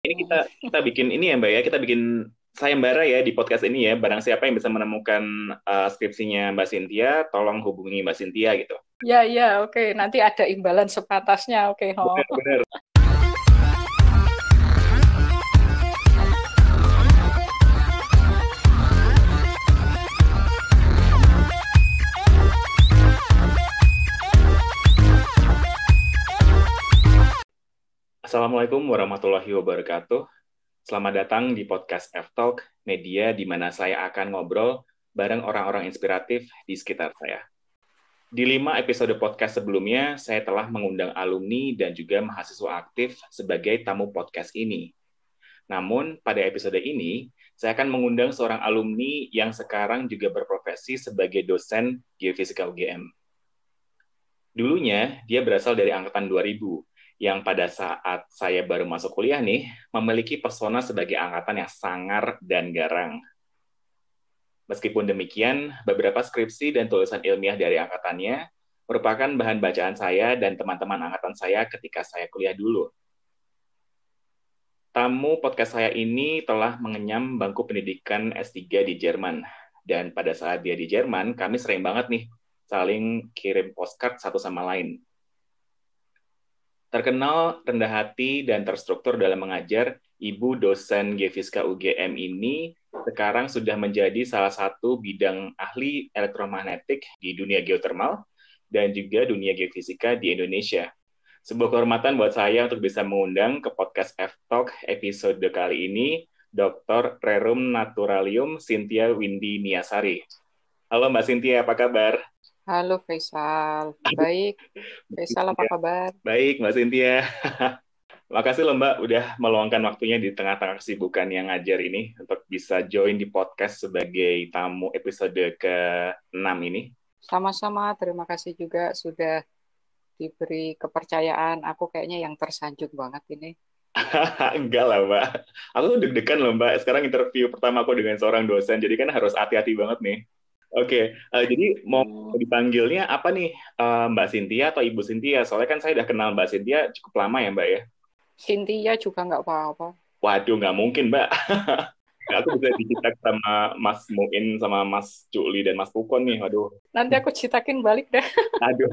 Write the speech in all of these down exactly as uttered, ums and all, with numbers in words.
Ini kita kita bikin ini ya Mbak ya, kita bikin sayembara ya di podcast ini ya. Barang siapa yang bisa menemukan uh, skripsinya Mbak Cynthia, tolong hubungi Mbak Cynthia gitu. Ya, ya, oke. Nanti ada imbalan sepatasnya, oke. Oh. Benar-benar. Assalamualaikum warahmatullahi wabarakatuh. Selamat datang di podcast F-Talk, media di mana saya akan ngobrol bareng orang-orang inspiratif di sekitar saya. Di lima episode podcast sebelumnya, saya telah mengundang alumni dan juga mahasiswa aktif sebagai tamu podcast ini. Namun, pada episode ini, saya akan mengundang seorang alumni yang sekarang juga berprofesi sebagai dosen geofisika U G M. Dulunya, dia berasal dari angkatan dua ribu, yang pada saat saya baru masuk kuliah nih, memiliki pesona sebagai angkatan yang sangar dan garang. Meskipun demikian, beberapa skripsi dan tulisan ilmiah dari angkatannya merupakan bahan bacaan saya dan teman-teman angkatan saya ketika saya kuliah dulu. Tamu podcast saya ini telah mengenyam bangku pendidikan S tiga di Jerman, dan pada saat dia di Jerman, kami sering banget nih saling kirim postcard satu sama lain. Terkenal, rendah hati, dan terstruktur dalam mengajar, Ibu dosen Geofisika U G M ini sekarang sudah menjadi salah satu bidang ahli elektromagnetik di dunia geotermal dan juga dunia geofisika di Indonesia. Sebuah kehormatan buat saya untuk bisa mengundang ke podcast F-Talk episode kali ini, doktor Rerum Naturalium Cynthia Windy Niasari. Halo Mbak Cynthia, apa kabar? Halo Faisal, baik. Faisal apa kabar? Baik Mbak Cynthia. Makasih loh Mbak udah meluangkan waktunya di tengah-tengah kesibukan yang ngajar ini untuk bisa join di podcast sebagai tamu episode ke enam ini. Sama-sama, terima kasih juga sudah diberi kepercayaan. Aku kayaknya yang tersanjung banget ini. Enggak lah Mbak. Aku tuh deg-degan loh Mbak. Sekarang interview pertama aku dengan seorang dosen, jadi kan harus hati-hati banget nih. Oke, uh, jadi mau Hmm, dipanggilnya apa nih, uh, Mbak Cynthia atau Ibu Cynthia? Soalnya kan saya udah kenal Mbak Cynthia cukup lama ya Mbak ya. Cynthia juga nggak apa-apa. Waduh, nggak mungkin Mbak. Aku bisa dicitak sama Mas Muin, sama Mas Juli, dan Mas Pukon nih. Waduh, Nanti aku citakin balik deh. aduh.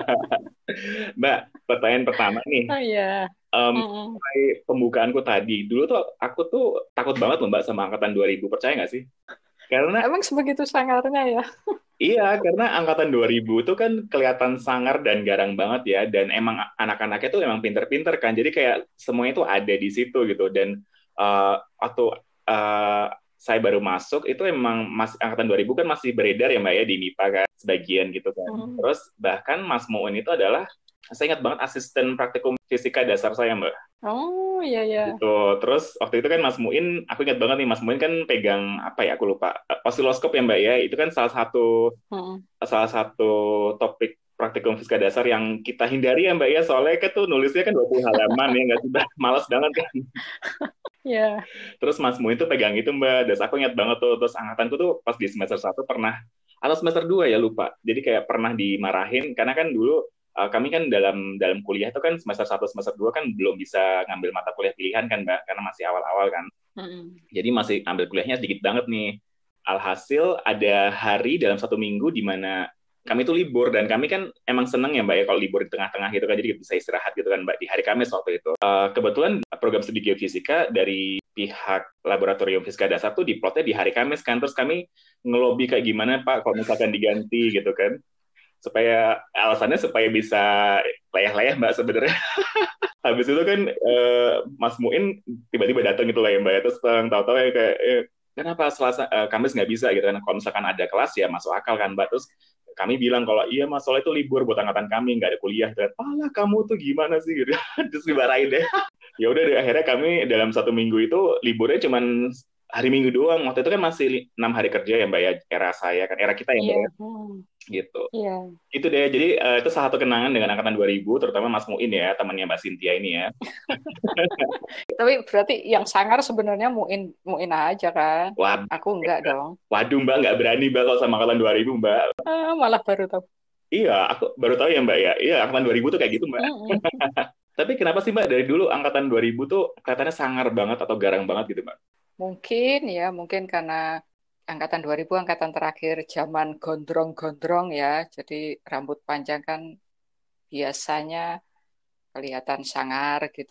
Mbak, pertanyaan pertama nih. Oh iya. Um, Mm-mm. Pembukaanku tadi, dulu tuh aku tuh takut banget loh Mbak sama angkatan dua ribu, percaya nggak sih? Karena Emang sebegitu sangarnya ya? iya, karena angkatan dua ribu itu kan kelihatan sangar dan garang banget ya, dan emang anak-anaknya tuh emang pinter-pinter kan, jadi kayak semuanya tuh ada di situ gitu, dan uh, waktu uh, saya baru masuk, itu emang masih angkatan dua ribu kan masih beredar ya Mbak ya, di MIPA kan, sebagian gitu kan. Mm. Terus bahkan Mas Muun itu adalah, saya ingat banget asisten praktikum fisika dasar saya Mbak. Oh iya ya. Gitu. Terus waktu itu kan Mas Muin, aku ingat banget nih Mas Muin kan pegang apa ya, aku lupa, eh, osiloskop ya Mbak ya. Itu kan salah satu Mm-mm. salah satu topik praktikum fisika dasar yang kita hindari ya Mbak ya. Soalnya kan tuh nulisnya kan dua puluh halaman ya, nggak sudah malas banget kan. Ya. Terus Mas Muin tuh pegang itu Mbak. Dan aku ingat banget tuh, terus angkatanku tuh pas di semester satu pernah, atau semester dua ya lupa. Jadi kayak pernah dimarahin karena kan dulu uh, kami kan dalam dalam kuliah itu kan semester satu semester dua kan belum bisa ngambil mata kuliah pilihan kan Mbak, karena masih awal-awal kan. Mm-mm. Jadi masih ambil kuliahnya sedikit banget nih. Alhasil ada hari dalam satu minggu di mana kami tuh libur, dan kami kan emang seneng ya Mbak ya kalau libur di tengah-tengah gitu kan, jadi bisa istirahat gitu kan Mbak di hari Kamis waktu itu. Uh, kebetulan program studi geofisika dari pihak laboratorium fisika dasar tuh diplotnya di hari Kamis kan, terus kami ngelobi kayak gimana Pak kalau misalkan diganti gitu kan, supaya alasannya supaya bisa layah-layah Mbak sebenarnya. Habis itu kan eh, Mas Muin tiba-tiba datang gitu lah ya Mbak ya, terus eh, tahu-tahu ya kayak eh, kenapa Selasa eh, Kamis nggak bisa gitu kan, kalau misalkan ada kelas ya masuk akal kan Mbak. Terus kami bilang kalau iya Mas, soalnya itu libur buat angkatan kami, nggak ada kuliah. Dan alah kamu tuh gimana sih gitu. Terus dimarahin deh. Ya udah deh, akhirnya kami dalam satu minggu itu liburnya cuman hari Minggu doang. Waktu itu kan masih enam hari kerja ya Mbak ya, era saya kan, era kita ya Mbak Iya. ya, Hmm. gitu. Iya. Itu deh, jadi uh, itu salah satu kenangan dengan angkatan dua ribu, terutama Mas Muin ya, temannya Mbak Cynthia ini ya. Tapi berarti yang sangar sebenarnya Muin Muin aja kan? Wah, Aku enggak dong. waduh Mbak, nggak berani Mbak kalau sama angkatan dua ribu Mbak. Ah, malah baru tahu. Iya, aku baru tahu ya Mbak ya. Iya, angkatan dua ribu tuh kayak gitu Mbak. Mm-mm. Tapi kenapa sih Mbak dari dulu angkatan dua ribu tuh kelihatannya sangar banget atau garang banget gitu Mbak? Mungkin ya, mungkin karena angkatan dua ribu angkatan terakhir zaman gondrong-gondrong ya. Jadi rambut panjang kan biasanya kelihatan sangar gitu.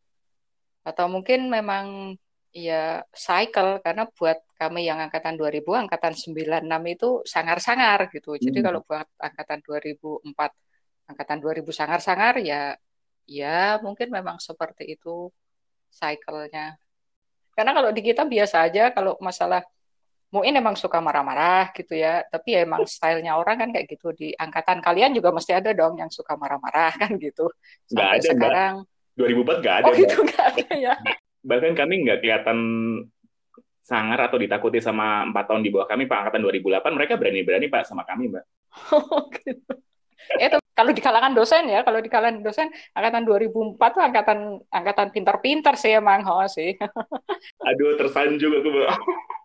Atau mungkin memang ya cycle karena buat kami yang angkatan dua ribu, angkatan sembilan puluh enam itu sangar-sangar gitu. Jadi Hmm. kalau buat angkatan dua ribu empat, angkatan dua ribu sangar-sangar ya ya mungkin memang seperti itu cycle-nya. Karena kalau di kita biasa aja kalau masalah Muin emang suka marah-marah gitu ya, tapi ya emang stylenya orang kan kayak gitu. Di angkatan kalian juga mesti ada dong yang suka marah-marah kan gitu. Nggak Sampai ada Mbak. sekarang, dua ribu empat nggak ada oh Mbak. gitu nggak ada ya. Bahkan kami nggak kelihatan sangar atau ditakuti sama empat tahun di bawah kami, Pak. Angkatan dua ribu delapan mereka berani-berani Pak sama kami Mbak. Oh, gitu. Itu kalau di kalangan dosen ya, kalau di kalangan dosen angkatan dua ribu empat tuh angkatan angkatan pintar-pintar sih emang, oh sih. Aduh tersanjung aku Mbak.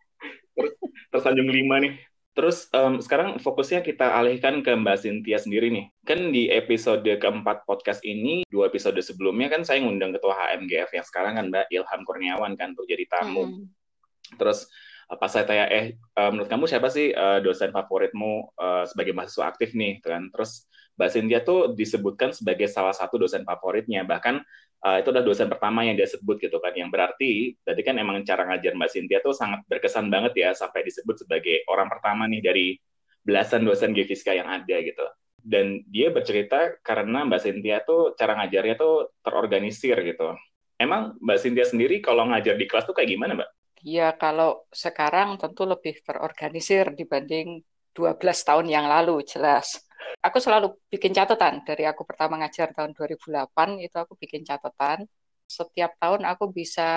Tersanjung lima nih. Terus em, sekarang fokusnya kita alihkan ke Mbak Cynthia sendiri nih. Kan di episode keempat podcast ini, dua episode sebelumnya kan saya ngundang Ketua H M G F yang sekarang kan Mbak Ilham Kurniawan kan untuk jadi tamu. Mm-mm. Terus eh, pas saya tanya, eh eh, menurut kamu siapa sih eh, dosen favoritmu eh, sebagai mahasiswa aktif nih? Gitu kan. Terus Mbak Cynthia tuh disebutkan sebagai salah satu dosen favoritnya. Bahkan eh, itu adalah dosen pertama yang dia sebut gitu kan. Yang berarti, berarti kan emang cara ngajar Mbak Cynthia tuh sangat berkesan banget ya sampai disebut sebagai orang pertama nih dari belasan dosen geofisika yang ada gitu. Dan dia bercerita karena Mbak Cynthia tuh cara ngajarnya tuh terorganisir gitu. Emang Mbak Cynthia sendiri kalau ngajar di kelas tuh kayak gimana Mbak? Ya kalau sekarang tentu lebih terorganisir dibanding dua belas tahun yang lalu, jelas. Aku selalu bikin catatan. Dari aku pertama ngajar tahun dua ribu delapan, itu aku bikin catatan. Setiap tahun aku bisa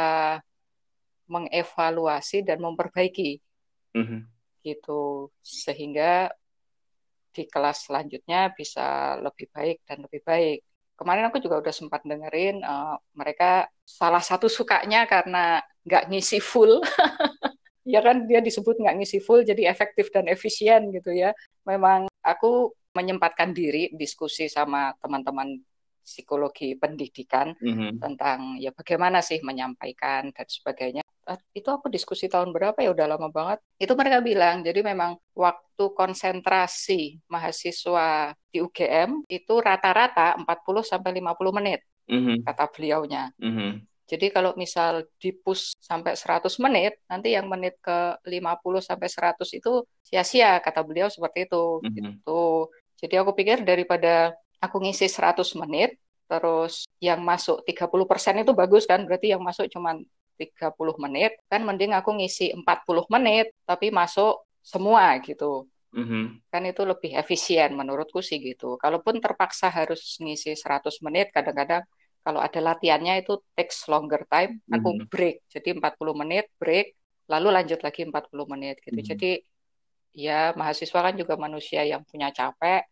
mengevaluasi dan memperbaiki Mhm. gitu. Sehingga di kelas selanjutnya bisa lebih baik dan lebih baik. Kemarin aku juga udah sempat dengerin eh, mereka salah satu sukanya karena nggak ngisi full. Ya kan dia disebut nggak ngisi full jadi efektif dan efisien gitu ya. Memang aku menyempatkan diri diskusi sama teman-teman psikologi pendidikan Mhm. tentang ya bagaimana sih menyampaikan dan sebagainya. Eh, Itu aku diskusi tahun berapa ya udah lama banget. Itu mereka bilang jadi memang waktu konsentrasi mahasiswa di U G M itu rata-rata empat puluh sampai lima puluh menit Mhm. kata beliaunya. Mhm. Jadi kalau misal dipus sampai seratus menit, nanti yang menit ke lima puluh sampai seratus itu sia-sia, kata beliau seperti itu. Mhm. Gitu. Jadi aku pikir daripada aku ngisi seratus menit, terus yang masuk tiga puluh persen itu bagus kan, berarti yang masuk cuma tiga puluh menit, kan mending aku ngisi empat puluh menit, tapi masuk semua gitu. Mhm. Kan itu lebih efisien menurutku sih gitu. Kalaupun terpaksa harus ngisi seratus menit, kadang-kadang kalau ada latihannya itu takes longer time, aku Mhm. break. Jadi empat puluh menit break, lalu lanjut lagi empat puluh menit gitu. Mhm. Jadi ya mahasiswa kan juga manusia yang punya capek.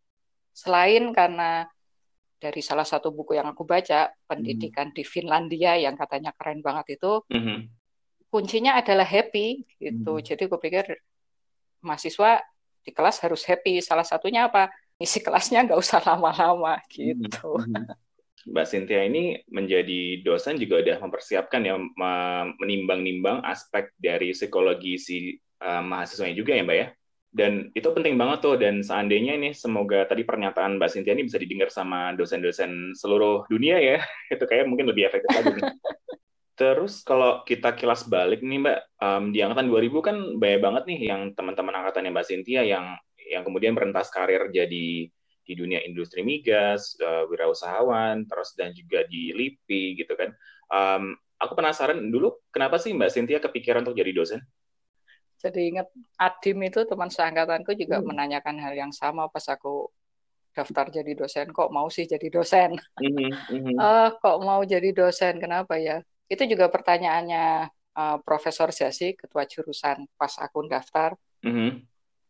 Selain karena dari salah satu buku yang aku baca, Mhm. pendidikan di Finlandia yang katanya keren banget itu, Mhm. kuncinya adalah happy gitu. Mhm. Jadi aku pikir mahasiswa di kelas harus happy. Salah satunya apa? Isi kelasnya nggak usah lama-lama Mhm. gitu. Mhm. Mbak Cynthia ini menjadi dosen juga udah mempersiapkan ya me- menimbang-nimbang aspek dari psikologi si eh, mahasiswanya juga ya Mbak ya. Dan itu penting banget tuh dan seandainya ini semoga tadi pernyataan Mbak Cynthia ini bisa didengar sama dosen-dosen seluruh dunia ya. Itu kayak mungkin lebih efektif lagi nih. Terus kalau kita kilas balik nih Mbak, em, di angkatan dua ribu kan banyak banget nih yang teman-teman angkatannya Mbak Cynthia yang yang kemudian merentas karir jadi di dunia industri migas, eh, wirausahawan, terus dan juga di LIPI gitu kan. Em, aku penasaran dulu kenapa sih Mbak Cynthia kepikiran untuk jadi dosen? Jadi ingat Adim itu teman seangkatanku juga Hmm. menanyakan hal yang sama pas aku daftar jadi dosen. Kok mau sih jadi dosen? Mhm. Mhm. Eh, kok mau jadi dosen? Kenapa ya? Itu juga pertanyaannya eh, Profesor Jasi, ketua jurusan pas aku daftar. Mhm.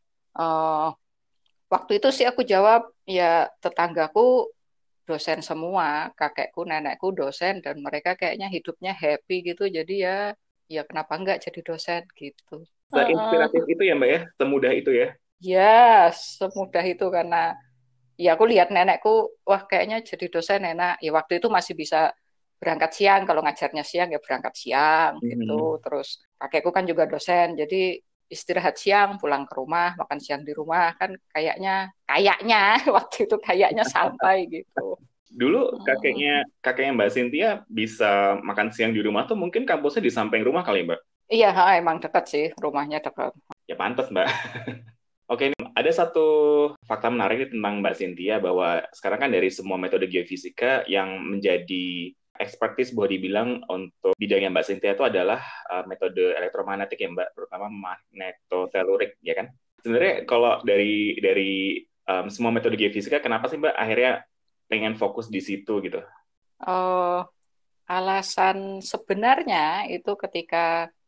Eh, Waktu itu sih aku jawab, ya tetanggaku dosen semua, kakekku, nenekku dosen, dan mereka kayaknya hidupnya happy gitu, jadi ya, ya kenapa enggak jadi dosen gitu. Heeh. Seinspiratif itu ya Mbak ya, semudah itu ya. Ya, semudah itu karena ya aku lihat nenekku, wah kayaknya jadi dosen enak. Ya waktu itu masih bisa berangkat siang, kalau ngajarnya siang ya berangkat siang Mhm. gitu. Terus kakekku kan juga dosen, jadi istirahat siang, pulang ke rumah, makan siang di rumah kan kayaknya kayaknya waktu itu kayaknya santai gitu. Dulu Hmm. kakeknya kakeknya Mbak Cynthia bisa makan siang di rumah tuh mungkin kampusnya di samping rumah kali Mbak. Iya, ha, emang dekat sih, rumahnya dekat. Ya pantas Mbak. Oke, ini ada satu fakta menarik nih tentang Mbak Cynthia bahwa sekarang kan dari semua metode geofisika yang menjadi expertise boleh dibilang untuk bidangnya Mbak Cynthia itu adalah uh, metode elektromagnetik ya Mbak, terutama magnetotelurik ya kan. Sebenarnya kalau dari dari um, semua metode geofisika, kenapa sih Mbak akhirnya pengen fokus di situ gitu? Oh, alasan sebenarnya itu ketika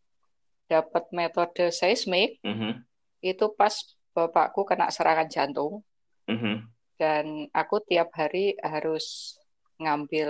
dapat metode seismik, Mhm, itu pas bapakku kena serangan jantung, mhm, dan aku tiap hari harus ngambil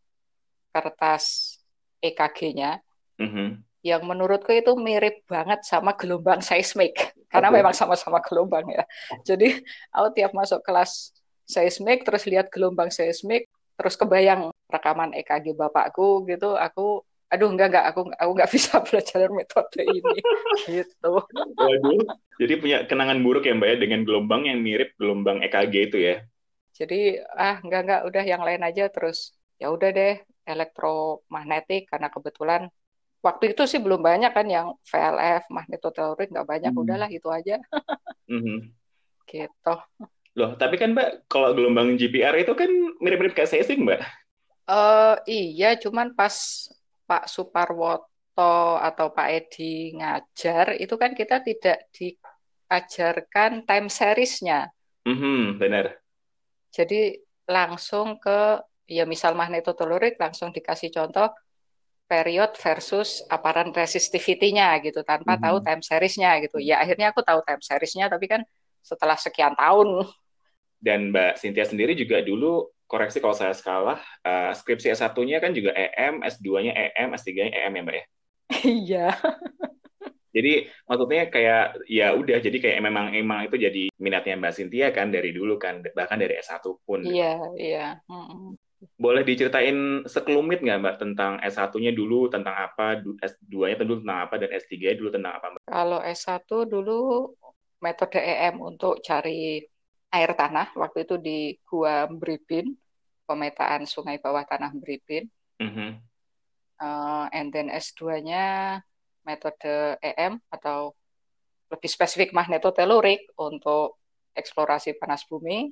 kertas E K G-nya, mhm. yang menurutku itu mirip banget sama gelombang seismik, karena Oke. memang sama-sama gelombang ya. Jadi aku tiap masuk kelas seismik, terus lihat gelombang seismik, terus kebayang rekaman E K G bapakku gitu, aku aduh enggak enggak aku aku nggak bisa belajar metode ini gitu. Waduh. Jadi punya kenangan buruk ya Mbak ya dengan gelombang yang mirip gelombang E K G itu ya. Jadi ah enggak enggak udah yang lain aja, terus ya udah deh elektromagnetik, karena kebetulan waktu itu sih belum banyak kan yang V L F magnetotelurik, nggak banyak, Hmm. udahlah itu aja Mhm. gitu. Loh, tapi kan Mbak, kalau gelombang G P R itu kan mirip-mirip kayak seismik Mbak. Eh iya, cuman pas Pak Suparwoto atau Pak Edi ngajar itu kan kita tidak diajarkan time series-nya. Mhm, benar. Jadi langsung ke, ya misal magnetotelurik langsung dikasih contoh period versus apparent resistivity-nya gitu, tanpa tahu Mhm. time series-nya gitu. Ya akhirnya aku tahu time series-nya, tapi kan setelah sekian tahun. Dan Mbak Cynthia sendiri juga dulu, koreksi kalau saya salah, eh, skripsi S satu-nya kan juga E M, S dua-nya E M, S tiga-nya E M ya Mbak ya. Iya, Jadi maksudnya kayak ya udah, jadi kayak memang emang itu jadi minatnya Mbak Cynthia kan dari dulu kan, bahkan dari S satu pun. iya, iya. Mm-mm. Boleh diceritain sekelumit nggak Mbak tentang S satu-nya dulu tentang apa, S dua-nya dulu tentang apa, dan S tiga-nya dulu tentang apa Mbak? Kalau S satu dulu metode E M untuk cari air tanah, waktu itu di Gua Mbribin, pemetaan sungai bawah tanah Mbribin. Mhm. Uh, and then S dua-nya metode E M atau lebih spesifik magnetotelurik untuk eksplorasi panas bumi.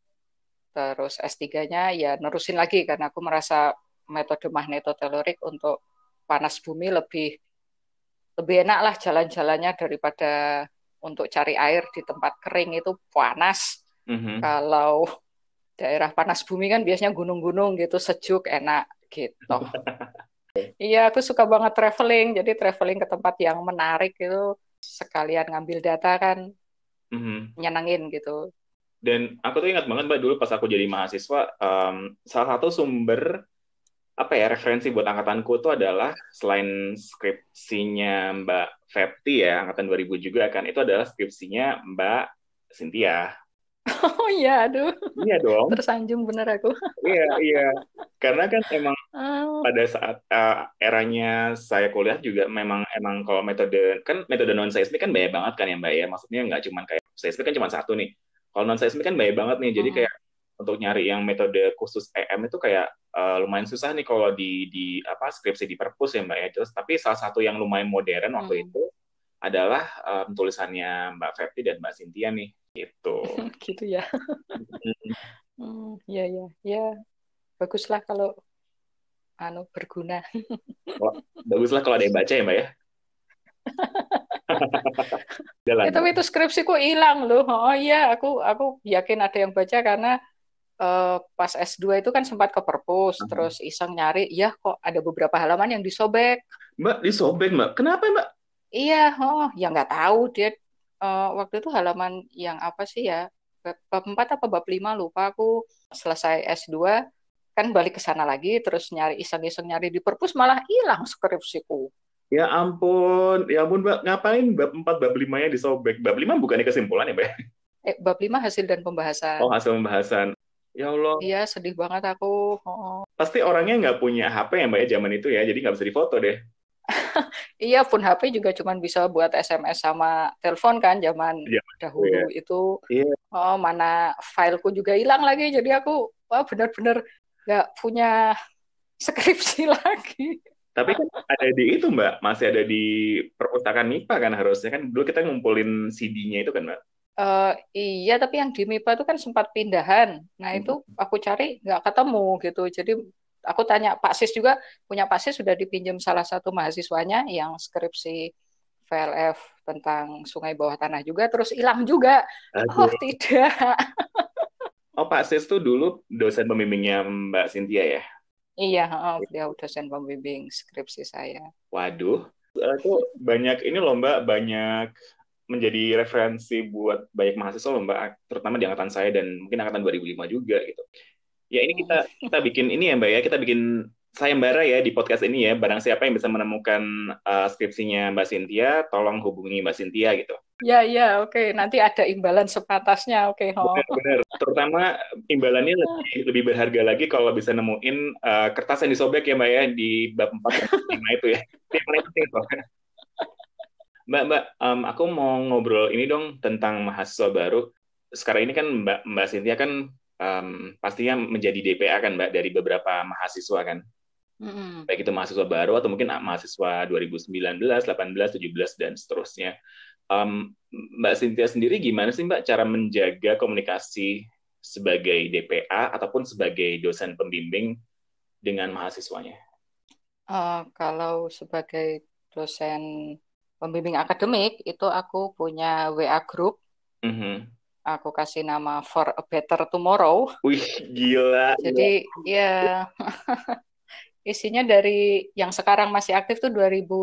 Terus S tiga-nya ya nerusin lagi, karena aku merasa metode magnetotelurik untuk panas bumi lebih lebih enak lah jalan-jalannya daripada untuk cari air di tempat kering itu panas. Mhm. Kalau daerah panas bumi kan biasanya gunung-gunung gitu, sejuk, enak gitu. Iya, aku suka banget traveling. Jadi traveling ke tempat yang menarik itu sekalian ngambil data kan Mhm. nyenengin gitu. Dan aku tuh ingat banget Mbak dulu pas aku jadi mahasiswa, em, salah satu sumber apa ya referensi buat angkatanku tuh adalah selain skripsinya Mbak Fepti ya angkatan dua ribu juga kan, itu adalah skripsinya Mbak Cynthia. Oh iya, aduh, Iya dong. tersanjung bener aku. Iya, iya. Karena kan emang Oh, pada saat uh, eranya saya kuliah juga memang emang kalau metode kan metode non seismik kan banyak banget kan ya Mbak ya. Maksudnya nggak cuma kayak seismik kan cuma satu nih. Kalau non seismik kan banyak banget nih. Jadi mm, kayak untuk nyari yang metode khusus E M itu kayak uh, lumayan susah nih kalau di di apa skripsi di perpus ya Mbak ya. Terus tapi salah satu yang lumayan modern waktu mm. itu adalah um, tulisannya Mbak Fepti dan Mbak Cynthia nih gitu. Gitu ya. Hmm, ya ya ya, baguslah kalau anu berguna. Wah, baguslah kalau ada yang baca ya Mbak ya. Eh, Jalan. tapi itu skripsiku hilang loh. Oh iya, aku aku yakin ada yang baca, karena eh, pas S dua itu kan sempat ke perpus, terus iseng nyari, ya kok ada beberapa halaman yang disobek. Mbak disobek Mbak. Kenapa Mbak? Iya, oh ya nggak tahu dia eh, waktu itu halaman yang apa sih ya, bab bab empat apa bab lima lupa aku. Selesai S dua kan balik ke sana lagi, terus nyari iseng-iseng nyari di perpus, malah hilang skripsiku. Ya ampun, ya ampun Mbak, ngapain bab empat bab lima nya disobek? Bab lima bukannya kesimpulan ya Mbak? Eh, bab lima hasil dan Oh, pembahasan. hasil pembahasan. Ya Allah, Iya, sedih banget aku. Oh. pasti orangnya nggak punya H P ya Mbak ya zaman itu ya, jadi nggak bisa difoto deh. Iya, pun H P juga cuma bisa buat S M S sama telepon kan zaman Zaman itu dahulu ya. itu. Iya. Oh, mana fileku juga hilang lagi. Jadi aku wah benar-benar nggak punya skripsi lagi. Tapi kan ada di itu Mbak, masih ada di perpustakaan MIPA kan harusnya kan dulu kita ngumpulin C D-nya itu kan Mbak. Eh, iya, tapi yang di MIPA itu kan sempat pindahan. Nah, itu Hmm. aku cari nggak ketemu gitu. Jadi aku tanya Pak Sis juga, punya Pak Sis sudah dipinjam salah satu mahasiswanya yang skripsi V L F tentang sungai bawah tanah juga, terus hilang juga. Oh, Aduh. tidak. Oh Pak Sis tuh dulu dosen pembimbingnya Mbak Cynthia ya? Iya, oh, beliau dosen pembimbing skripsi saya. Waduh, itu banyak ini loh Mbak, banyak menjadi referensi buat banyak mahasiswa loh Mbak, terutama di angkatan saya dan mungkin angkatan dua ribu lima juga gitu. Ya ini kita Hmm. kita bikin ini ya Mbak ya, kita bikin sayembara ya di podcast ini ya. Barang siapa yang bisa menemukan uh, skripsinya Mbak Cynthia, tolong hubungi Mbak Cynthia gitu. Ya, ya, oke. Nanti ada imbalan sepatasnya, oke. Oh. Benar-benar. Terutama imbalannya lebih lebih berharga lagi kalau bisa nemuin uh, kertas yang disobek ya Mbak ya di bab empat dan lima itu ya. Itu yang paling penting tuh. Mbak, Mbak, um, aku mau ngobrol ini dong tentang mahasiswa baru. Sekarang ini kan Mbak Mbak Cynthia kan um, pastinya menjadi D P A kan Mbak dari beberapa mahasiswa kan. Mm-mm. Baik itu mahasiswa baru atau mungkin mahasiswa dua ribu sembilan belas, delapan belas, tujuh belas dan seterusnya. Um, Mbak Cynthia sendiri gimana sih Mbak cara menjaga komunikasi sebagai D P A ataupun sebagai dosen pembimbing dengan mahasiswanya? Eh, kalau sebagai dosen pembimbing akademik, itu aku punya W A group. Mhm. Aku kasih nama For a Better Tomorrow. Wih, gila, gila. Jadi ya isinya dari yang sekarang masih aktif tuh dua ribu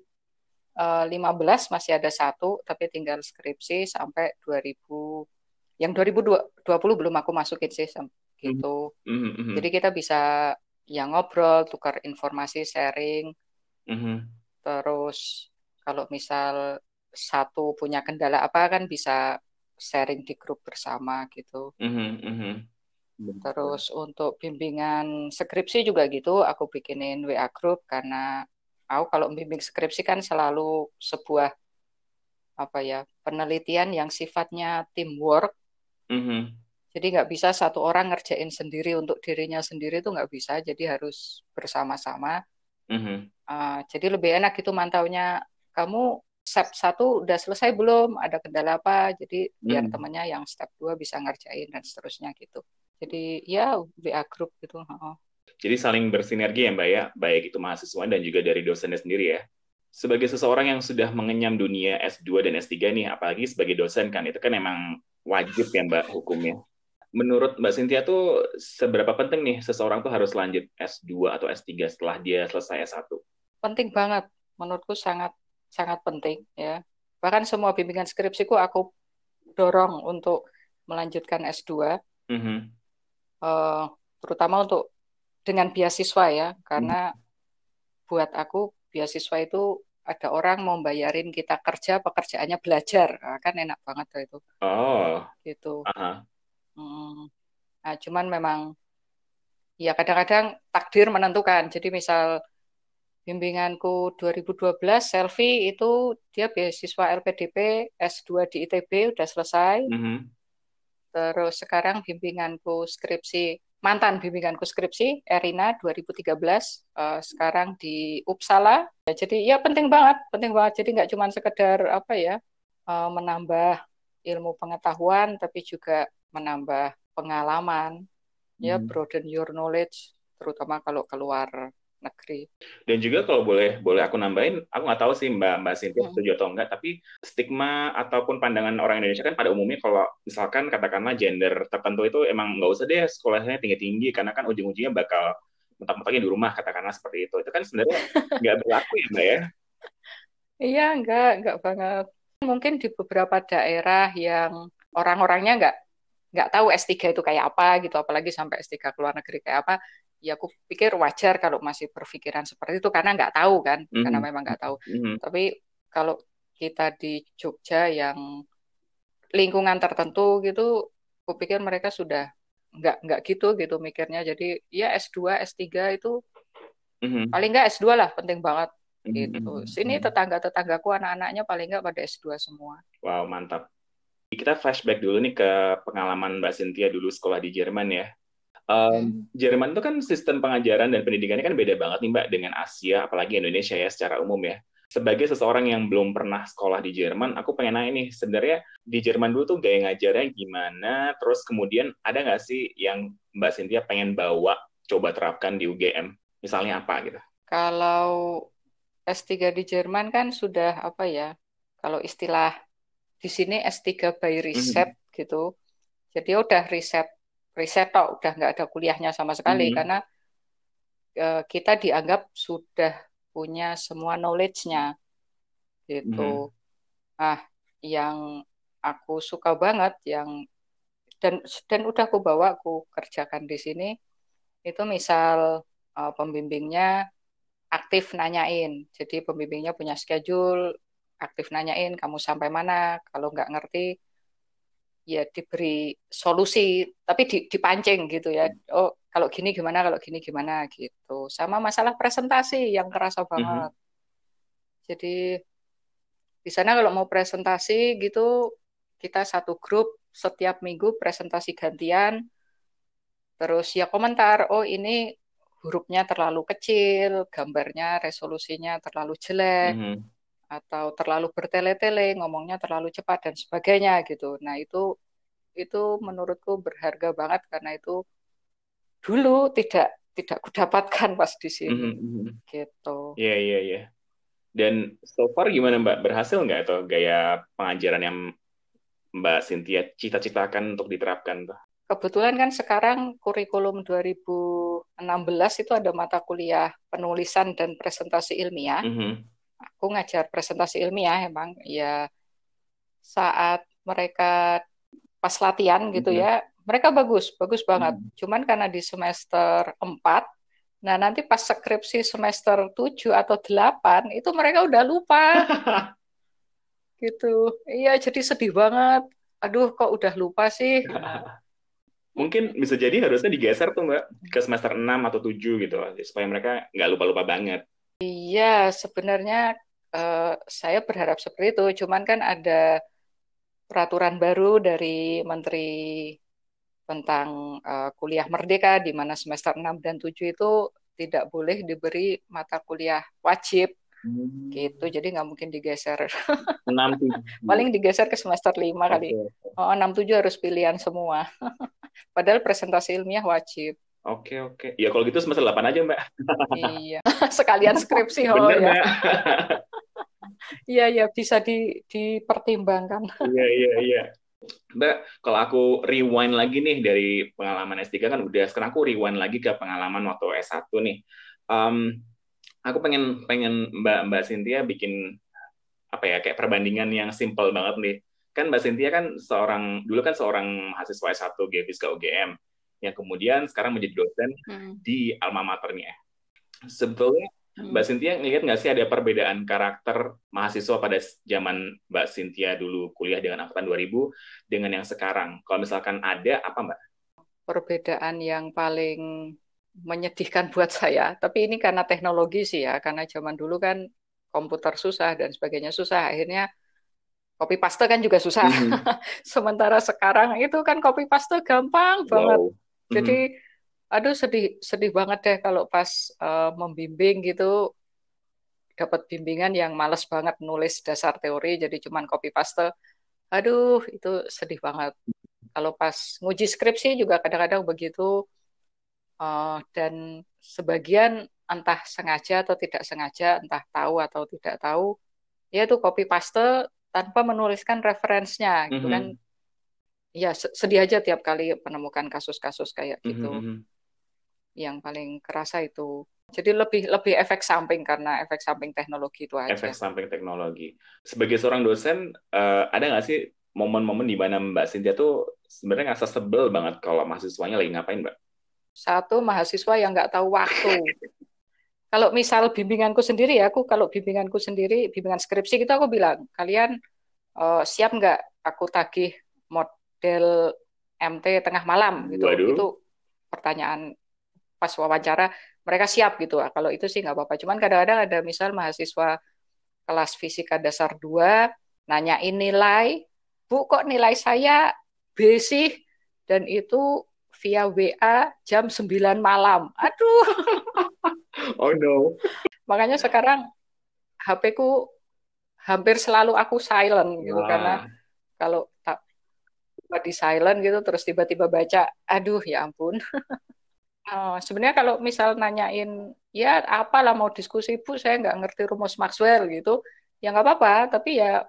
lima belas masih ada satu, tapi tinggal skripsi sampai dua ribu. Yang dua ribu dua puluh belum aku masukin sih Mhm, gitu. mhm, Jadi mhm, kita bisa yang ngobrol, tukar informasi, sharing. mhm, Terus kalau misal satu punya kendala apa kan bisa sharing di grup bersama gitu. mhm, mhm. Benar. Terus untuk bimbingan skripsi juga gitu, aku bikinin W A group karena aku kalau bimbing skripsi kan selalu sebuah apa ya penelitian yang sifatnya teamwork. Mhm, Jadi nggak bisa satu orang ngerjain sendiri untuk dirinya sendiri itu nggak bisa. Jadi harus bersama-sama. mhm, Uh, jadi lebih enak gitu mantaunya. Kamu step satu udah selesai belum? Ada kendala apa? Jadi biar mhm. temannya yang step dua bisa ngerjain dan seterusnya gitu. Jadi ya W A group gitu. Oh. Jadi saling bersinergi ya Mbak ya, baik itu mahasiswa dan juga dari dosennya sendiri ya. Sebagai seseorang yang sudah mengenyam dunia S dua dan S tiga nih, apalagi sebagai dosen kan, itu kan emang wajib ya Mbak hukumnya. Menurut Mbak Cynthia tuh seberapa penting nih seseorang tuh harus lanjut S dua atau S tiga setelah dia selesai S satu? Penting banget. Menurutku sangat sangat penting ya. Bahkan semua bimbingan skripsiku aku dorong untuk melanjutkan S dua, Mhm, eh, terutama untuk dengan beasiswa ya, mhm. karena buat aku beasiswa itu ada orang mau bayarin kita kerja, pekerjaannya belajar. Nah, kan enak banget tuh itu. Oh, Gitu. aha. Hmm. Nah, cuman memang ya kadang-kadang takdir menentukan. Jadi misal bimbinganku dua ribu dua belas Selfie itu dia beasiswa L P D P S dua di I T B udah selesai. Mhm, Terus sekarang bimbinganku skripsi, mantan bimbinganku skripsi, Erina dua ribu tiga belas, eh, sekarang di Uppsala. Ya, jadi ya penting banget, penting banget. Jadi nggak cuma sekedar apa ya, eh, menambah ilmu pengetahuan, tapi juga menambah pengalaman, ya mhm. broaden your knowledge, terutama kalau keluar negeri. Dan juga kalau boleh boleh aku nambahin, aku nggak tahu sih Mbak Mbak Cynthia Mm. setuju atau enggak, tapi stigma ataupun pandangan orang Indonesia kan pada umumnya kalau misalkan katakanlah gender tertentu itu emang nggak usah deh sekolahnya tinggi-tinggi karena kan ujung-ujungnya bakal mentak-mentaknya di rumah katakanlah seperti itu. Itu kan sebenarnya nggak berlaku ya Mbak ya. Iya, enggak, enggak banget. Mungkin di beberapa daerah yang orang-orangnya enggak nggak tahu S tiga itu kayak apa gitu, apalagi sampai S tiga ke luar negeri kayak apa, ya aku pikir wajar kalau masih berpikiran seperti itu karena nggak tahu kan, karena Mhm, memang nggak tahu. mhm, Tapi kalau kita di Jogja yang lingkungan tertentu gitu, aku pikir mereka sudah nggak nggak gitu gitu mikirnya. Jadi ya S dua, S tiga itu Mhm. paling nggak S dua lah penting banget Mhm, gitu. mhm, Sini mhm. tetangga-tetanggaku anak-anaknya paling nggak pada S dua semua. Wow, mantap. Kita flashback dulu nih ke pengalaman Mbak Cynthia dulu sekolah di Jerman ya. Um, Hmm. Jerman itu kan sistem pengajaran dan pendidikannya kan beda banget nih Mbak dengan Asia, apalagi Indonesia ya secara umum ya. Sebagai seseorang yang belum pernah sekolah di Jerman, aku pengen nanya nih, sebenarnya di Jerman dulu tuh gaya ngajarnya gimana? Terus kemudian ada nggak sih yang Mbak Cynthia pengen bawa, coba terapkan di U G M? Misalnya apa gitu? Kalau S tiga di Jerman kan sudah apa ya? Kalau istilah di sini S tiga by riset Mhm, gitu. Jadi udah riset riset tok, udah nggak ada kuliahnya sama sekali mhm, karena eh, kita dianggap sudah punya semua knowledge-nya mhm, gitu. Nah, yang aku suka banget yang dan dan udah aku bawa aku kerjakan di sini itu misal eh, pembimbingnya aktif nanyain. Jadi pembimbingnya punya schedule, aktif nanyain kamu sampai mana, kalau nggak ngerti ya diberi solusi, tapi dipancing gitu ya. Oh, kalau gini gimana, kalau gini gimana gitu. Sama masalah presentasi yang kerasa mhm, banget. Jadi di sana kalau mau presentasi gitu, kita satu grup setiap minggu presentasi gantian, terus ya komentar, oh ini hurufnya terlalu kecil, gambarnya resolusinya terlalu jelek, mhm. atau terlalu bertele-tele, ngomongnya terlalu cepat dan sebagainya gitu. Nah itu itu menurutku berharga banget karena itu dulu tidak tidak kudapatkan pas di sini Mhm, mhm. gitu. Iya, iya, iya. Dan so far gimana Mbak? Berhasil nggak tuh gaya pengajaran yang Mbak Cynthia cita-citakan untuk diterapkan tuh? Kebetulan kan sekarang kurikulum dua ribu enam belas itu ada mata kuliah penulisan dan presentasi ilmiah. Mhm, Aku ngajar presentasi ilmiah emang ya saat mereka pas latihan gitu mhm. ya, mereka bagus, bagus banget. Mhm. Cuman karena di semester empat, nah nanti pas skripsi semester tujuh atau delapan itu mereka udah lupa gitu. Iya, jadi sedih banget. Aduh, kok udah lupa sih? Nah, Mungkin bisa jadi harusnya digeser tuh Mbak ke semester enam atau tujuh gitu supaya mereka nggak lupa-lupa banget. iya, sebenarnya eh, saya berharap seperti itu. Cuman kan ada peraturan baru dari Menteri tentang eh, kuliah merdeka di mana semester enam dan tujuh itu tidak boleh diberi mata kuliah wajib gitu. Hmm. Jadi nggak mungkin digeser. enam tujuh. Paling digeser ke semester lima kali. Oke. Oh, enam tujuh harus pilihan semua. Padahal presentasi ilmiah wajib. Oke, oke. Ya kalau gitu semester delapan aja Mbak. Iya, sekalian skripsi. Oh Bener ya, Mbak. iya ya bisa di, dipertimbangkan. Iya, iya, iya. Mbak, kalau aku rewind lagi nih dari pengalaman S tiga kan udah, sekarang aku rewind lagi ke pengalaman waktu S satu nih. Um, aku pengen pengen Mbak Mbak Cynthia bikin apa ya kayak perbandingan yang simple banget nih. Kan Mbak Cynthia kan seorang dulu kan seorang mahasiswa S satu Geofisika U G M yang kemudian sekarang menjadi dosen Hmm. di alma maternya. Sebetulnya Hmm. Mbak Cynthia ngelihat nggak sih ada perbedaan karakter mahasiswa pada zaman Mbak Cynthia dulu kuliah dengan angkatan dua ribu dengan yang sekarang? Kalau misalkan ada, apa Mbak? Perbedaan yang paling menyedihkan buat saya, tapi ini karena teknologi sih ya, karena zaman dulu kan komputer susah dan sebagainya susah, akhirnya copy paste kan juga susah. Mhm. Sementara sekarang itu kan copy paste gampang banget. Wow. Jadi, Mhm. aduh sedih sedih banget deh kalau pas eh, membimbing gitu dapat bimbingan yang males banget nulis dasar teori, jadi cuman copy paste. Aduh, itu sedih banget. Kalau pas nguji skripsi juga kadang-kadang begitu. Eh, dan sebagian entah sengaja atau tidak sengaja, entah tahu atau tidak tahu, dia tuh copy paste tanpa menuliskan referensinya gitu kan. Mhm. Ya sedih aja tiap kali menemukan kasus-kasus kayak Mhm. gitu. Mhm. Yang paling kerasa itu. Jadi lebih lebih efek samping karena efek samping teknologi itu Efek aja. samping teknologi. Sebagai seorang dosen, eh, ada nggak sih momen-momen di mana Mbak Cynthia tuh sebenarnya ngerasa sebel banget kalau mahasiswanya lagi ngapain, Mbak? Satu mahasiswa yang nggak tahu waktu. Kalau misal bimbinganku sendiri ya, aku kalau bimbinganku sendiri, bimbingan skripsi gitu aku bilang, kalian eh, siap nggak aku tagih model M T tengah malam gitu. Waduh. Itu pertanyaan pas wawancara, mereka siap gitu. Kalau itu sih nggak apa-apa. Cuman kadang-kadang ada misal mahasiswa kelas fisika dasar dua nanyain nilai, Bu kok nilai saya B sih? Dan itu via W A jam sembilan malam. Aduh. Oh no. Makanya sekarang H P-ku hampir selalu aku silent gitu, karena Wah. kalau tak di silent gitu terus tiba-tiba baca, aduh ya ampun. Oh, sebenarnya kalau misal nanyain, ya apalah mau diskusi, Bu, saya nggak ngerti rumus Maxwell gitu, ya nggak apa-apa, tapi ya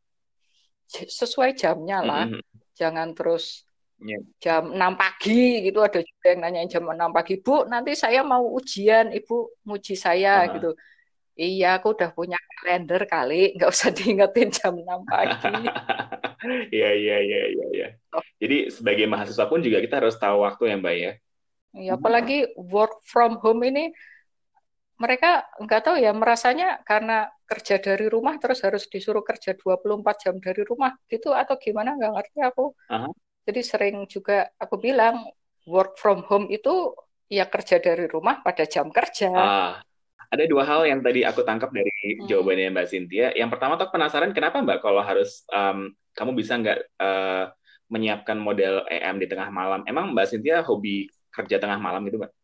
sesuai jamnya lah. Mm-mm. Jangan terus Yeah. jam enam pagi gitu, ada juga yang nanyain jam enam pagi, Bu, nanti saya mau ujian, Ibu muji saya Uh-huh. gitu. Iya, aku udah punya kalender kali, nggak usah diingetin jam enam pagi. Iya, iya, iya, iya, iya. Jadi sebagai mahasiswa pun juga kita harus tahu waktu ya, Mbak ya. Ya, apalagi work from home ini, mereka nggak tahu ya, merasanya karena kerja dari rumah terus harus disuruh kerja dua puluh empat jam dari rumah gitu atau gimana, nggak ngerti aku. Uh-huh. Jadi sering juga aku bilang work from home itu ya kerja dari rumah pada jam kerja. Ah, ada dua hal yang tadi aku tangkap dari Hmm. jawabannya Mbak Cynthia. Yang pertama tuh penasaran kenapa Mbak kalau harus um, kamu bisa nggak uh, menyiapkan model E M di tengah malam? Emang Mbak Cynthia hobi kerja tengah malam gitu, Mbak?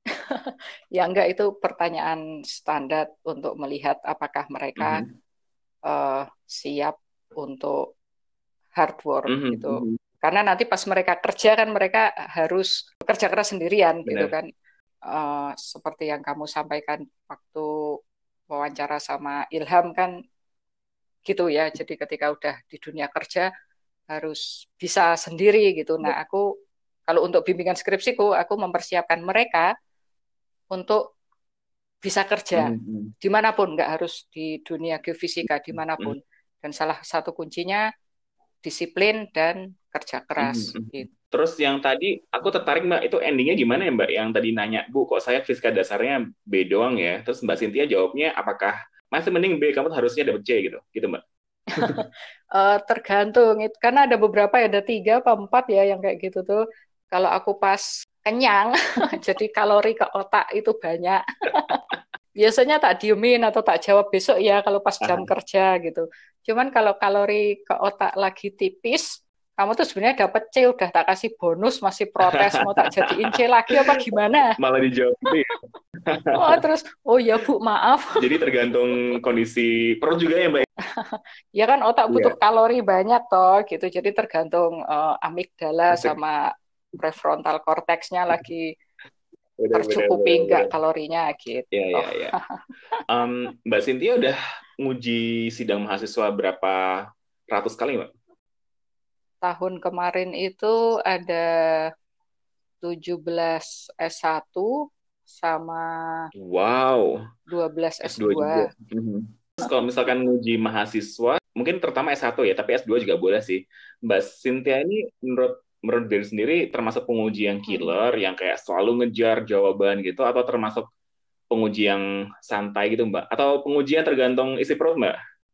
Ya enggak, itu pertanyaan standar untuk melihat apakah mereka Mhm. uh, siap untuk hard work Mhm, gitu. mhm. Karena nanti pas mereka kerja kan mereka harus bekerja keras sendirian gitu Benar. kan. Uh, seperti yang kamu sampaikan waktu wawancara sama Ilham kan gitu ya. Jadi ketika udah di dunia kerja harus bisa sendiri gitu. Nah, aku kalau untuk bimbingan skripsiku, aku mempersiapkan mereka untuk bisa kerja Mhm, mhm. dimanapun, nggak harus di dunia geofisika, Mhm, dimanapun. Dan salah satu kuncinya disiplin dan kerja mhm, keras. mhm. Gitu. Terus yang tadi aku tertarik Mbak, itu endingnya gimana ya Mbak? Yang tadi nanya, Bu, kok saya fisika dasarnya B doang ya? Terus Mbak Cynthia jawabnya, apakah masih mending B, kamu harusnya dapet C gitu? Gitu Mbak? Uh, tergantung, karena ada beberapa ya, ada tiga apa empat ya yang kayak gitu tuh. Kalau aku pas kenyang, jadi kalori ke otak itu banyak. Biasanya tak diemin atau tak jawab besok ya kalau pas jam Aha. kerja gitu. Cuman kalau kalori ke otak lagi tipis, kamu tuh sebenarnya dapet C, udah tak kasih bonus, masih protes, mau tak jadiin C lagi apa gimana? Malah dijawab gitu ya? Oh, terus, oh ya Bu, maaf. Jadi tergantung kondisi perut juga ya Mbak? Ya kan otak butuh Iya. kalori banyak toh gitu. Jadi tergantung uh, amigdala Betul. sama prefrontal cortex-nya lagi Benar, benar, tercukupi benar, enggak benar. kalorinya gitu. Iya, iya, iya. Um, Mbak Cynthia udah nguji sidang mahasiswa berapa ratus kali Mbak? Tahun kemarin itu ada tujuh belas S satu sama Wow, dua belas S dua S dua. juga. Mhm. Terus kalau misalkan nguji mahasiswa, mungkin terutama S satu ya, tapi S dua juga boleh sih. Mbak Cynthia ini menurut menurut diri sendiri termasuk penguji yang killer, yang kayak selalu ngejar jawaban gitu, atau termasuk penguji yang santai gitu Mbak? Atau pengujian tergantung isi perut Mbak?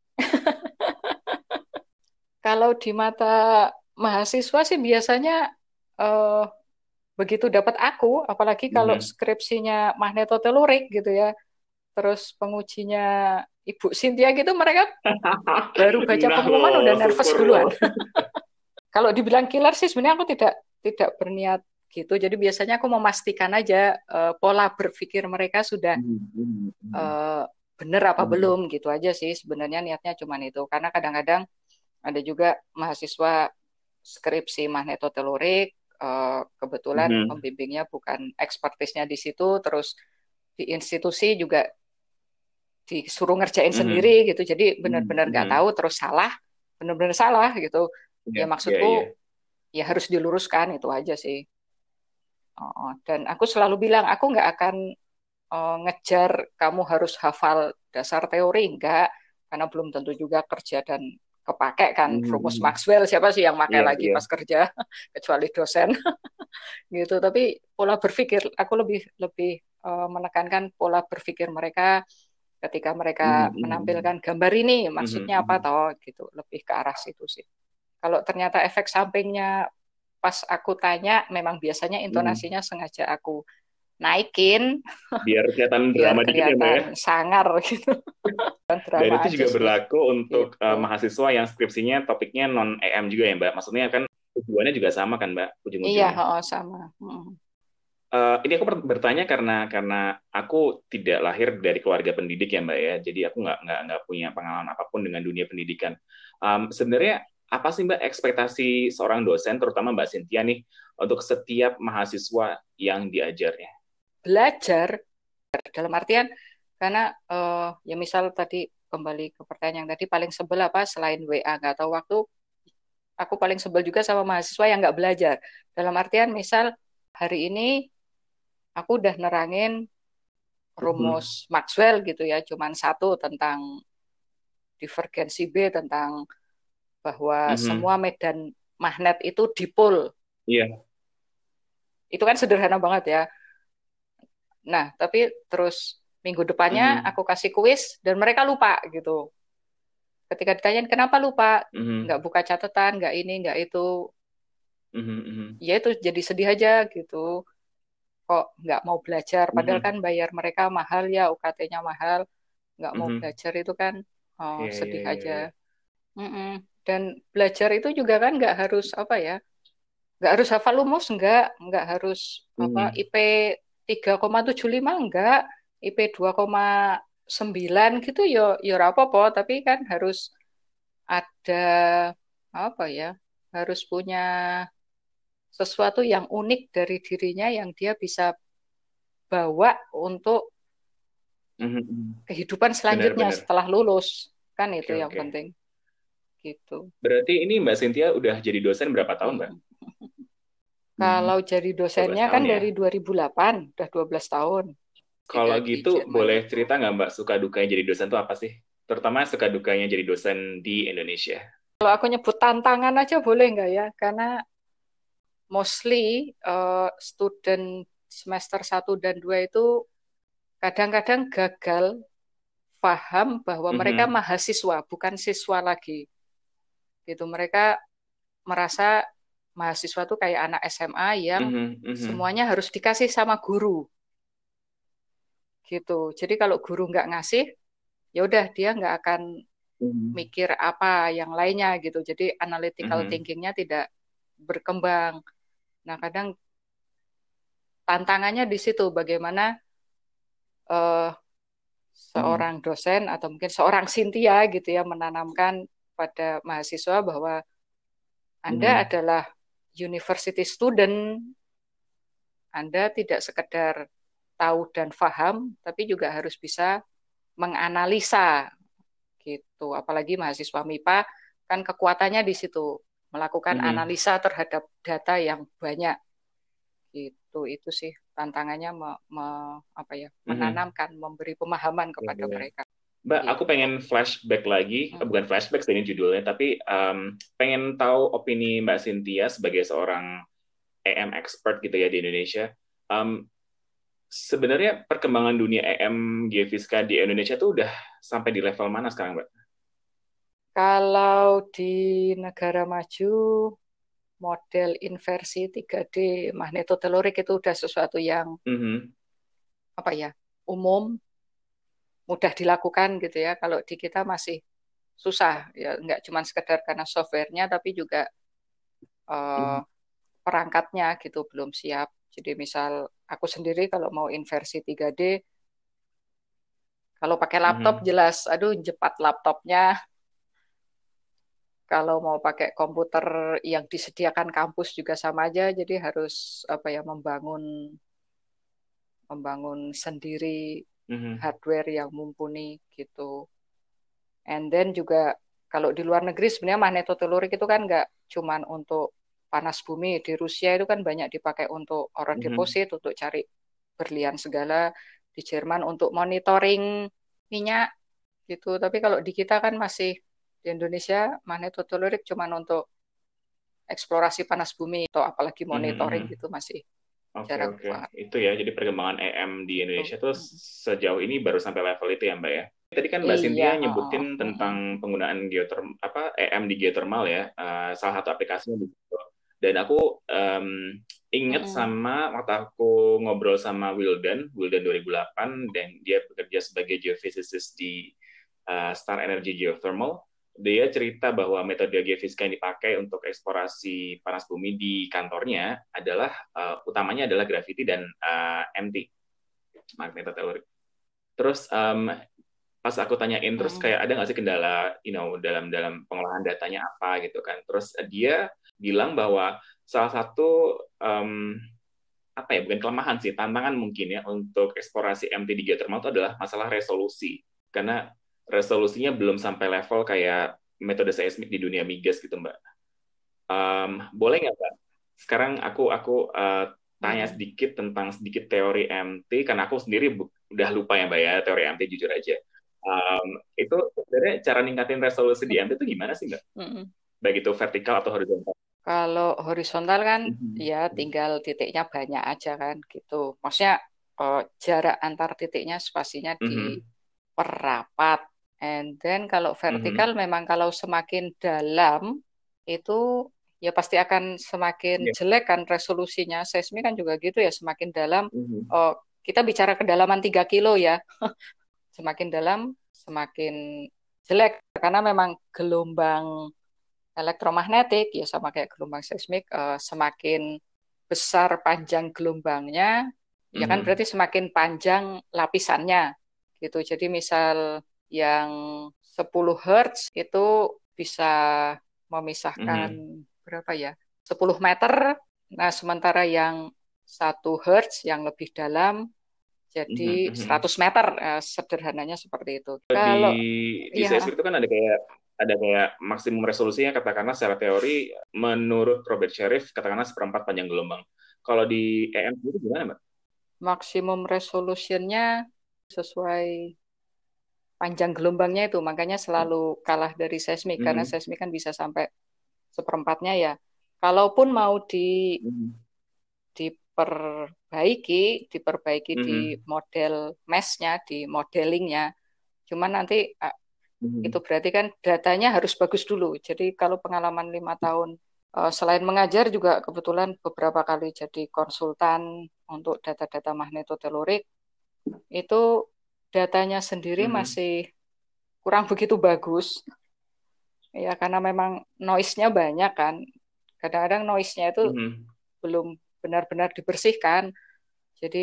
Kalau di mata mahasiswa sih biasanya eh, begitu dapat aku, apalagi kalau Mhm. skripsinya magnetotelurik gitu ya, terus pengujinya Ibu Cynthia gitu, mereka baru baca Nah pengumuman udah loh, nervous syukur duluan. loh. Kalau dibilang killer sih sebenarnya aku tidak tidak berniat gitu. Jadi biasanya aku memastikan aja uh, pola berpikir mereka sudah Mhm, mhm, uh, benar apa mhm, belum gitu aja sih. Sebenarnya niatnya cuma itu. Karena kadang-kadang ada juga mahasiswa skripsi magnetotelurik, uh, kebetulan mhm, pembimbingnya bukan ekspertisnya di situ, terus di institusi juga disuruh ngerjain mhm, sendiri gitu. Jadi mhm, benar-benar nggak mhm. tahu, terus salah, benar-benar salah gitu. Iya, Ya iya, iya. maksudku ya harus diluruskan itu aja sih. Oh, dan aku selalu bilang aku nggak akan uh, ngejar kamu harus hafal dasar teori, enggak, karena belum tentu juga kerja dan kepake kan Mhm, rumus mhm. Maxwell, siapa sih yang pakai Iya, lagi iya. pas kerja kecuali dosen gitu. Tapi pola berpikir aku lebih lebih uh, menekankan pola berpikir mereka ketika Mhm, mereka mhm, menampilkan gambar ini mhm, maksudnya apa mhm. toh gitu, lebih ke arah situ sih. Kalau ternyata efek sampingnya pas aku tanya, memang biasanya Hmm. intonasinya sengaja aku naikin Biar kelihatan biar drama dikit ya Mbak ya. kelihatan sangar gitu. Dan Drama itu aja juga sih berlaku untuk uh, gitu. mahasiswa yang skripsinya topiknya non E M juga ya Mbak. Maksudnya kan tujuannya juga sama kan Mbak, Iya, ujung-ujungnya. oh, sama. Hmm. Uh, ini aku ber- bertanya karena karena aku tidak lahir dari keluarga pendidik ya Mbak ya. Jadi aku nggak nggak nggak punya pengalaman apapun dengan dunia pendidikan. Um, sebenarnya apa sih Mbak ekspektasi seorang dosen, terutama Mbak Cynthia nih, untuk setiap mahasiswa yang diajarnya? Belajar dalam artian karena eh, ya misal tadi kembali ke pertanyaan tadi, paling sebel apa selain W A nggak tahu waktu, aku paling sebel juga sama mahasiswa yang nggak belajar. Dalam artian misal hari ini aku udah nerangin Mhm. rumus Maxwell gitu ya, cuman satu tentang divergensi B, tentang bahwa semua Mhm. medan magnet itu dipol. Iya. Itu kan sederhana banget ya. Nah, tapi terus minggu depannya Mhm. aku kasih kuis dan mereka lupa gitu. Ketika ditanyain kenapa lupa, nggak Mhm. buka catatan, nggak ini, nggak itu, Mhm. Mhm. ya itu jadi sedih aja gitu. Kok nggak mau belajar? Padahal kan Mhm. bayar mereka mahal ya, U K T-nya mahal, nggak mau Mhm. belajar itu kan oh, Iya, iya, sedih iya, aja. iya. Mm-mm. Dan belajar itu juga kan nggak harus apa ya, nggak harus hafal rumus, nggak, nggak harus apa Mhm. I P tiga koma tujuh lima nggak, I P dua koma sembilan gitu yo yo ora apa-apa, tapi kan harus ada apa ya, harus punya sesuatu yang unik dari dirinya yang dia bisa bawa untuk Mhm. Mhm. kehidupan selanjutnya Benar-benar. setelah lulus, kan itu Oke, yang oke. penting gitu. Berarti ini Mbak Cynthia udah jadi dosen berapa tahun, Mbak? Mm. Hmm, Kalau jadi dua belas dosennya kan tahun ya. dari dua ribu delapan, udah dua belas tahun Kalau tiga di gitu, Jerman boleh itu. cerita nggak Mbak suka dukanya jadi dosen itu apa sih? Terutama suka dukanya jadi dosen di Indonesia. Kalau aku nyebut tantangan aja boleh nggak ya? Karena mostly uh, student semester satu dan dua itu kadang-kadang gagal paham bahwa mereka Mhm. mahasiswa, bukan siswa lagi. Gitu. Mereka merasa mahasiswa tuh kayak anak S M A yang Mhm. Mhm. semuanya harus dikasih sama guru. Gitu. Jadi kalau guru nggak ngasih, ya udah dia nggak akan Mhm. mikir apa yang lainnya gitu. Jadi analytical Mhm. thinkingnya tidak berkembang. Nah, kadang tantangannya di situ bagaimana eh, Mhm. seorang dosen atau mungkin seorang Cynthia gitu ya menanamkan pada mahasiswa bahwa Anda Mhm. adalah university student, Anda tidak sekedar tahu dan paham, tapi juga harus bisa menganalisa gitu. Apalagi mahasiswa M I P A kan kekuatannya di situ, melakukan Mhm. analisa terhadap data yang banyak gitu. Itu sih tantangannya me, me- apa ya, Mhm. menanamkan, memberi pemahaman Iya, kepada iya. mereka Mbak, aku gitu. pengen flashback lagi, eh, Hmm. bukan flashback sih ini judulnya, tapi em, pengen tahu opini Mbak Cynthia sebagai seorang E M expert gitu ya di Indonesia. Em, Sebenarnya perkembangan dunia E M Geofiska di Indonesia tuh udah sampai di level mana sekarang, Mbak? Kalau di negara maju model inversi tiga D magnetotelurik itu udah sesuatu yang Mhm. apa ya, umum, mudah dilakukan gitu ya. Kalau di kita masih susah ya, nggak cuma sekedar karena softwarenya tapi juga eh, Mhm. perangkatnya gitu belum siap. Jadi misal aku sendiri kalau mau inversi tiga D, kalau pakai laptop Mhm. jelas, aduh cepat laptopnya. Kalau mau pakai komputer yang disediakan kampus juga sama aja, jadi harus apa ya, membangun membangun sendiri Mhm. hardware yang mumpuni gitu. And then juga kalau di luar negeri sebenarnya magnetotelurik itu kan nggak cuman untuk panas bumi. Di Rusia itu kan banyak dipakai untuk ore Mhm. deposit, untuk cari berlian segala. Di Jerman untuk monitoring minyak gitu. Tapi kalau di kita kan masih di Indonesia magnetotelurik cuman untuk eksplorasi panas bumi atau apalagi Mhm. monitoring Mhm. gitu masih Oke, jarang oke. banget Itu ya, jadi perkembangan E M di gitu. Indonesia tuh sejauh ini baru sampai level itu ya, Mbak ya? Tadi kan Mbak Iya, Cynthia heeh, nyebutin heeh, tentang penggunaan geotherm apa E M di geothermal ya, eh, salah satu aplikasinya di situ. Dan aku em, inget heeh, sama waktu aku ngobrol sama Wildan, Wildan dua ribu delapan, dan dia bekerja sebagai geophysicist di eh, Star Energy Geothermal. Dia cerita bahwa metode geofisika yang dipakai untuk eksplorasi panas bumi di kantornya adalah eh, utamanya adalah gravity dan eh, M T, magnetotelurik. Terus um, pas aku tanyain terus heeh. kayak ada nggak sih kendala, you know, dalam dalam pengolahan datanya apa gitu kan. Terus dia bilang bahwa salah satu um, apa ya, bukan kelemahan sih, tantangan mungkin ya untuk eksplorasi M T di geothermal itu adalah masalah resolusi. Karena resolusinya belum sampai level kayak metode seismik di dunia migas gitu, Mbak. Um, boleh nggak, Mbak? Sekarang aku aku uh, tanya Hmm. sedikit tentang sedikit teori M T, karena aku sendiri bu- udah lupa ya, Mbak ya, teori M T jujur aja. Um, itu sebenarnya cara ningkatin resolusi di M T itu gimana sih, Mbak? Mm-mm. Baik itu vertikal atau horizontal? Kalau horizontal kan Mhm. ya tinggal titiknya banyak aja kan gitu. Maksudnya eh, jarak antar titiknya spasinya Mhm. diperrapat. And then kalau vertikal Mhm. memang kalau semakin dalam itu ya pasti akan semakin Iya. jelek kan resolusinya. Seismik kan juga gitu ya, semakin dalam. Mhm. Oh, kita bicara kedalaman tiga kilo ya. Semakin dalam semakin jelek karena memang gelombang elektromagnetik ya sama kayak gelombang seismik, eh, semakin besar panjang gelombangnya ya kan Mhm. berarti semakin panjang lapisannya gitu. Jadi misal yang sepuluh hertz itu bisa memisahkan Mhm. berapa ya? Sepuluh meter. Nah, sementara yang satu hertz yang lebih dalam jadi Mhm. Mhm. seratus meter. Eh, sederhananya seperti itu. Di Kalau di ya seismik itu kan ada kayak ada kayak maksimum resolusinya katakanlah secara teori menurut Robert Sheriff katakanlah seperempat panjang gelombang. Kalau di E M itu gimana, Mbak? maksimum resolutionnya sesuai panjang gelombangnya itu, makanya selalu kalah dari seismik karena Mhm. seismik kan bisa sampai seperempatnya ya. Kalaupun mau di Mhm. diperbaiki, diperbaiki di Mhm. model mesh-nya, di modelingnya. Cuman nanti ah, itu Mhm. berarti kan datanya harus bagus dulu. Jadi kalau pengalaman lima tahun eh, selain mengajar juga kebetulan beberapa kali jadi konsultan untuk data-data magnetotelurik, itu datanya sendiri Mhm. masih kurang begitu bagus. Ya, karena memang noise-nya banyak kan. Kadang-kadang noise-nya itu Mhm. belum benar-benar dibersihkan. Jadi,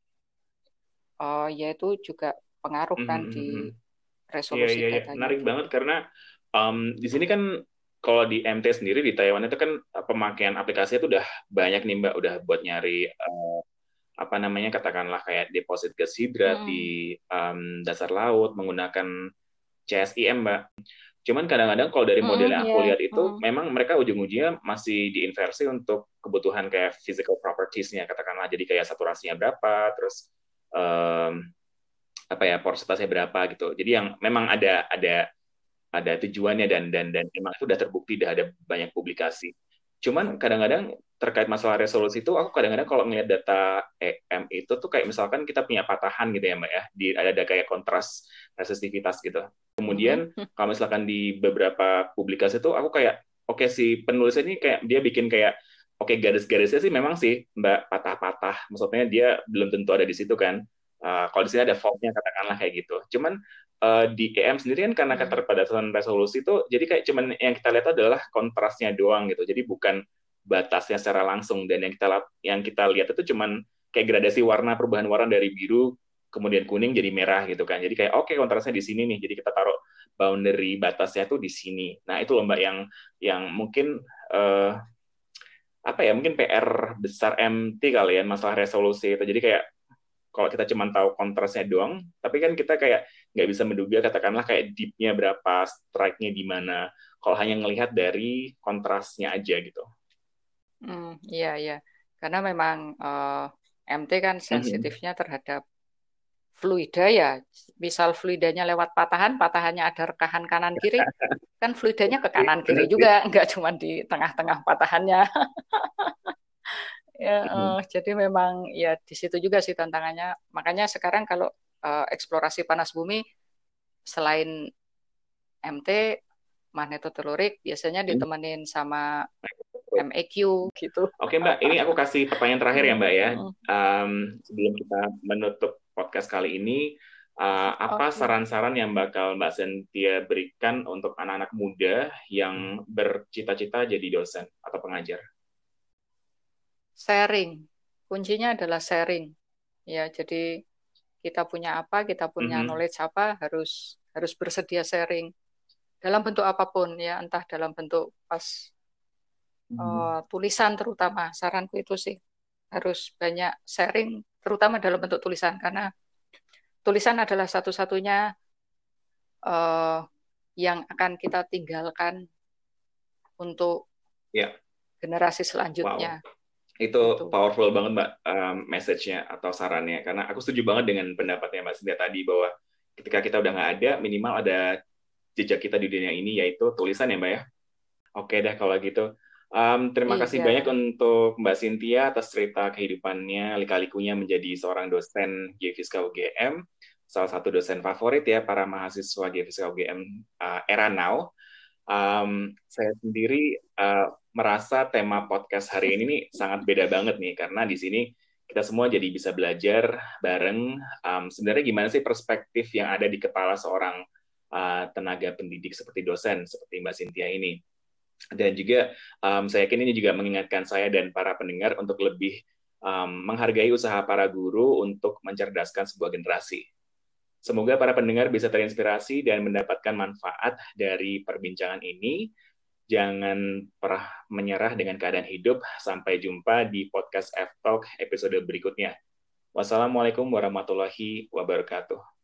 oh, ya itu juga pengaruh Mhm. kan di Mhm. Iya, resolusi iya, iya. datanya Menarik gitu. banget karena um, di sini kan kalau di M T sendiri di Taiwan itu kan uh, pemakaian aplikasinya itu udah banyak nih Mbak, udah buat nyari uh, apa namanya katakanlah kayak deposit gas hidrat di Mm-mm. um, dasar laut menggunakan C S I M, Mbak. Cuman kadang-kadang kalau dari model Mm-mm, yang aku ya. lihat itu Mm-mm. memang mereka ujung-ujungnya masih diinversi untuk kebutuhan kayak physical properties-nya katakanlah jadi kayak saturasinya berapa, terus um, apa ya porsitasnya berapa gitu. Jadi yang memang ada ada ada tujuannya dan dan dan memang itu udah terbukti, udah ada banyak publikasi. Cuman kadang-kadang terkait masalah resolusi itu aku kadang-kadang kalau ngelihat data E M itu tuh kayak misalkan kita punya patahan gitu ya Mbak ya, di ada, ada kayak kontras resistivitas gitu. Mhm. Kemudian kalau misalkan di beberapa publikasi itu aku kayak oke okay, si penulis ini kayak dia bikin kayak oke okay, garis-garisnya sih memang sih Mbak patah-patah. Maksudnya dia belum tentu ada di situ kan. Uh, kalau di sini ada faultnya katakanlah kayak gitu. Cuman uh, di E M sendiri kan karena Mm. keterbatasan resolusi itu jadi kayak cuman yang kita lihat adalah kontrasnya doang gitu. Jadi bukan batasnya secara langsung dan yang kita yang kita lihat itu cuman kayak gradasi warna perubahan warna dari biru kemudian kuning jadi merah gitu kan. Jadi kayak oke okay, kontrasnya di sini nih. Jadi kita taruh boundary batasnya tuh di sini. Nah, itu loh Mbak yang yang mungkin uh, apa ya mungkin P R besar M T kali ya masalah resolusi itu. Jadi kayak kalau kita cuma tahu kontrasnya doang, tapi kan kita kayak nggak bisa menduga katakanlah kayak deep-nya berapa, strike-nya di mana. Kalau hanya ngelihat dari kontrasnya aja gitu. Mm, iya, iya. Karena memang eh, M T kan Mhm. sensitifnya terhadap fluida ya. Misal fluidanya lewat patahan, patahannya ada rekahan kanan kiri, kan fluidanya ke Sih, kanan kiri bener sih. juga, nggak cuma di tengah-tengah patahannya. Ya, eh, Mhm. jadi memang ya di situ juga sih tantangannya. Makanya sekarang kalau eh, eksplorasi panas bumi selain M T, magnetotelurik biasanya ditemenin sama M E Q gitu. Oke Mbak, ini aku kasih pertanyaan terakhir ya Mbak ya. Hmm. Um, sebelum kita menutup podcast kali ini, uh, apa Oke. saran-saran yang bakal Mbak Cynthia berikan untuk anak-anak muda yang bercita-cita jadi dosen atau pengajar? Sharing. Kuncinya adalah sharing. Ya, jadi kita punya apa, kita punya Mhm. knowledge apa, harus harus bersedia sharing dalam bentuk apapun ya, entah dalam bentuk pas uh, tulisan terutama. Saranku itu sih harus banyak sharing, terutama dalam bentuk tulisan karena tulisan adalah satu-satunya uh, yang akan kita tinggalkan untuk Ya, generasi wow. selanjutnya. Itu Gitu. powerful banget Mbak, um, message-nya atau sarannya. Karena aku setuju banget dengan pendapatnya Mbak Cynthia tadi bahwa ketika kita udah nggak ada, minimal ada jejak kita di dunia ini, yaitu tulisan ya Mbak ya. Oke deh kalau gitu. Um, terima kasih banyak Iya. untuk Mbak Cynthia atas cerita kehidupannya, lika-likunya menjadi seorang dosen Geofiska U G M, salah satu dosen favorit ya para mahasiswa Geofiska U G M uh, era now. Um, saya sendiri uh, merasa tema podcast hari ini nih sangat beda banget nih, karena di sini kita semua jadi bisa belajar bareng um, sebenarnya gimana sih perspektif yang ada di kepala seorang uh, tenaga pendidik seperti dosen, seperti Mbak Cynthia ini. Dan juga um, saya yakin ini juga mengingatkan saya dan para pendengar untuk lebih um, menghargai usaha para guru untuk mencerdaskan sebuah generasi. Semoga para pendengar bisa terinspirasi dan mendapatkan manfaat dari perbincangan ini. Jangan pernah menyerah dengan keadaan hidup. Sampai jumpa di podcast F-Talk episode berikutnya. Wassalamualaikum warahmatullahi wabarakatuh.